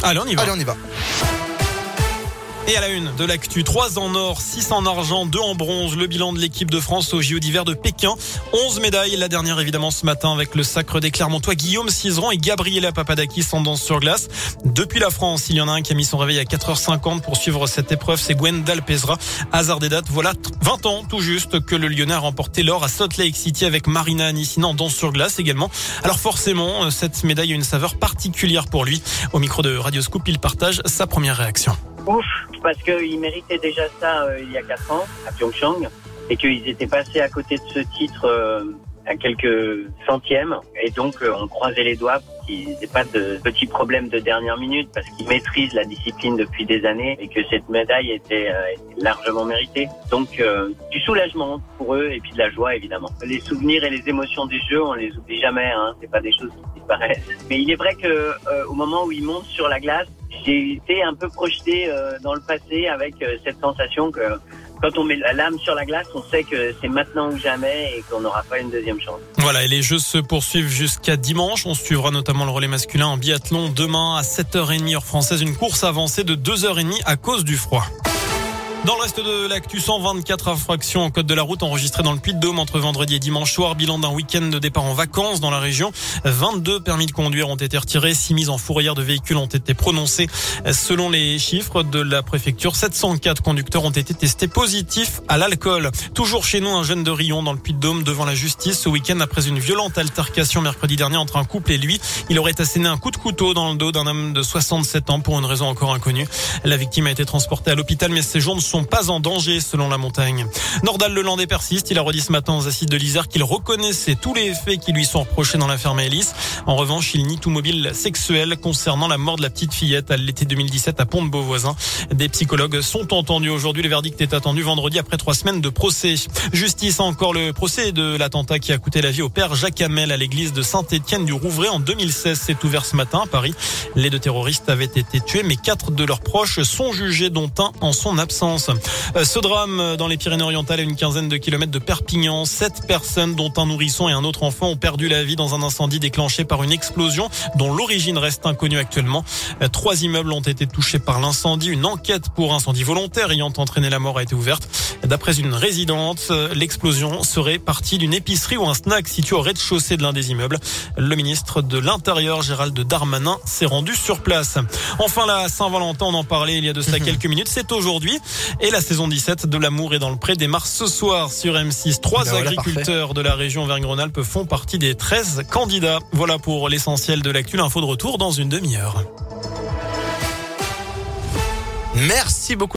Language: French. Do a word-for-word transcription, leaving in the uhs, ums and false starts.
Allez, on y va. Allez, on y va. Et à la une de l'actu, trois en or, six en argent, deux en bronze. Le bilan de l'équipe de France aux J O d'hiver de Pékin. onze médailles. La dernière évidemment ce matin avec le sacre des Clermontois Guillaume Cizeron et Gabriela Papadakis en danse sur glace. Depuis la France, il y en a un qui a mis son réveil à quatre heures cinquante pour suivre cette épreuve. C'est Gwendal Pesra. Hasard des dates. Voilà vingt ans tout juste que le Lyonnais a remporté l'or à Salt Lake City avec Marina Anissina en danse sur glace également. Alors forcément, cette médaille a une saveur particulière pour lui. Au micro de Radio Scoop, il partage sa première réaction. Ouf, parce qu'ils méritaient déjà ça euh, il y a quatre ans à Pyeongchang et qu'ils étaient passés à côté de ce titre euh, à quelques centièmes et donc euh, on croisait les doigts pour qu'ils n'aient pas de petits problèmes de dernière minute parce qu'ils maîtrisent la discipline depuis des années et que cette médaille était, euh, était largement méritée. Donc euh, du soulagement pour eux et puis de la joie évidemment. Les souvenirs et les émotions des Jeux, on les oublie jamais, hein, c'est pas des choses qui disparaissent. Mais il est vrai que euh, au moment où ils montent sur la glace, j'ai été un peu projeté euh, dans le passé avec euh, cette sensation que quand on met la lame sur la glace, on sait que c'est maintenant ou jamais et qu'on n'aura pas une deuxième chance. Voilà, et les Jeux se poursuivent jusqu'à dimanche. On suivra notamment le relais masculin en biathlon demain à sept heures trente heure française. Une course avancée de deux heures trente à cause du froid. Dans le reste de l'actu, cent vingt-quatre infractions en code de la route enregistrées dans le Puy-de-Dôme entre vendredi et dimanche soir. Bilan d'un week-end de départ en vacances dans la région. vingt-deux permis de conduire ont été retirés. six mises en fourrière de véhicules ont été prononcées. Selon les chiffres de la préfecture, sept cent quatre conducteurs ont été testés positifs à l'alcool. Toujours chez nous, un jeune de Rion dans le Puy-de-Dôme devant la justice ce week-end après une violente altercation mercredi dernier entre un couple et lui. Il aurait asséné un coup de couteau dans le dos d'un homme de soixante-sept ans pour une raison encore inconnue. La victime a été transportée à l'hôpital mais ses jours ne sont pas en danger selon la montagne. Nordal Lelandais persiste. Il a redit ce matin aux assises de l'Isère qu'il reconnaissait tous les faits qui lui sont reprochés dans l'affaire Maëlys. En revanche, il nie tout mobile sexuel concernant la mort de la petite fillette à l'été deux mille dix-sept à Pont-de-Beauvoisin. Des psychologues sont entendus aujourd'hui. Le verdict est attendu vendredi après trois semaines de procès. Justice a encore le procès de l'attentat qui a coûté la vie au père Jacques Hamel à l'église de Saint-Étienne du Rouvray en deux mille seize. C'est ouvert ce matin à Paris. Les deux terroristes avaient été tués, mais quatre de leurs proches sont jugés, dont un en son absence. Ce drame dans les Pyrénées-Orientales à une quinzaine de kilomètres de Perpignan. Sept personnes, dont un nourrisson et un autre enfant, ont perdu la vie dans un incendie déclenché par une explosion dont l'origine reste inconnue actuellement. Trois immeubles ont été touchés par l'incendie. Une enquête pour incendie volontaire ayant entraîné la mort a été ouverte. D'après une résidente, l'explosion serait partie d'une épicerie ou un snack situé au rez-de-chaussée de l'un des immeubles. Le ministre de l'Intérieur, Gérald Darmanin, s'est rendu sur place. Enfin, la Saint-Valentin, on en parlait il y a de cela quelques minutes, c'est aujourd'hui. Et la saison dix-sept de l'amour et dans le pré démarre ce soir sur M six. Trois ben voilà, agriculteurs parfait. de la région Auvergne-Rhône-Alpes font partie des treize candidats. Voilà pour l'essentiel de l'actu. L'info de retour dans une demi-heure. Merci beaucoup.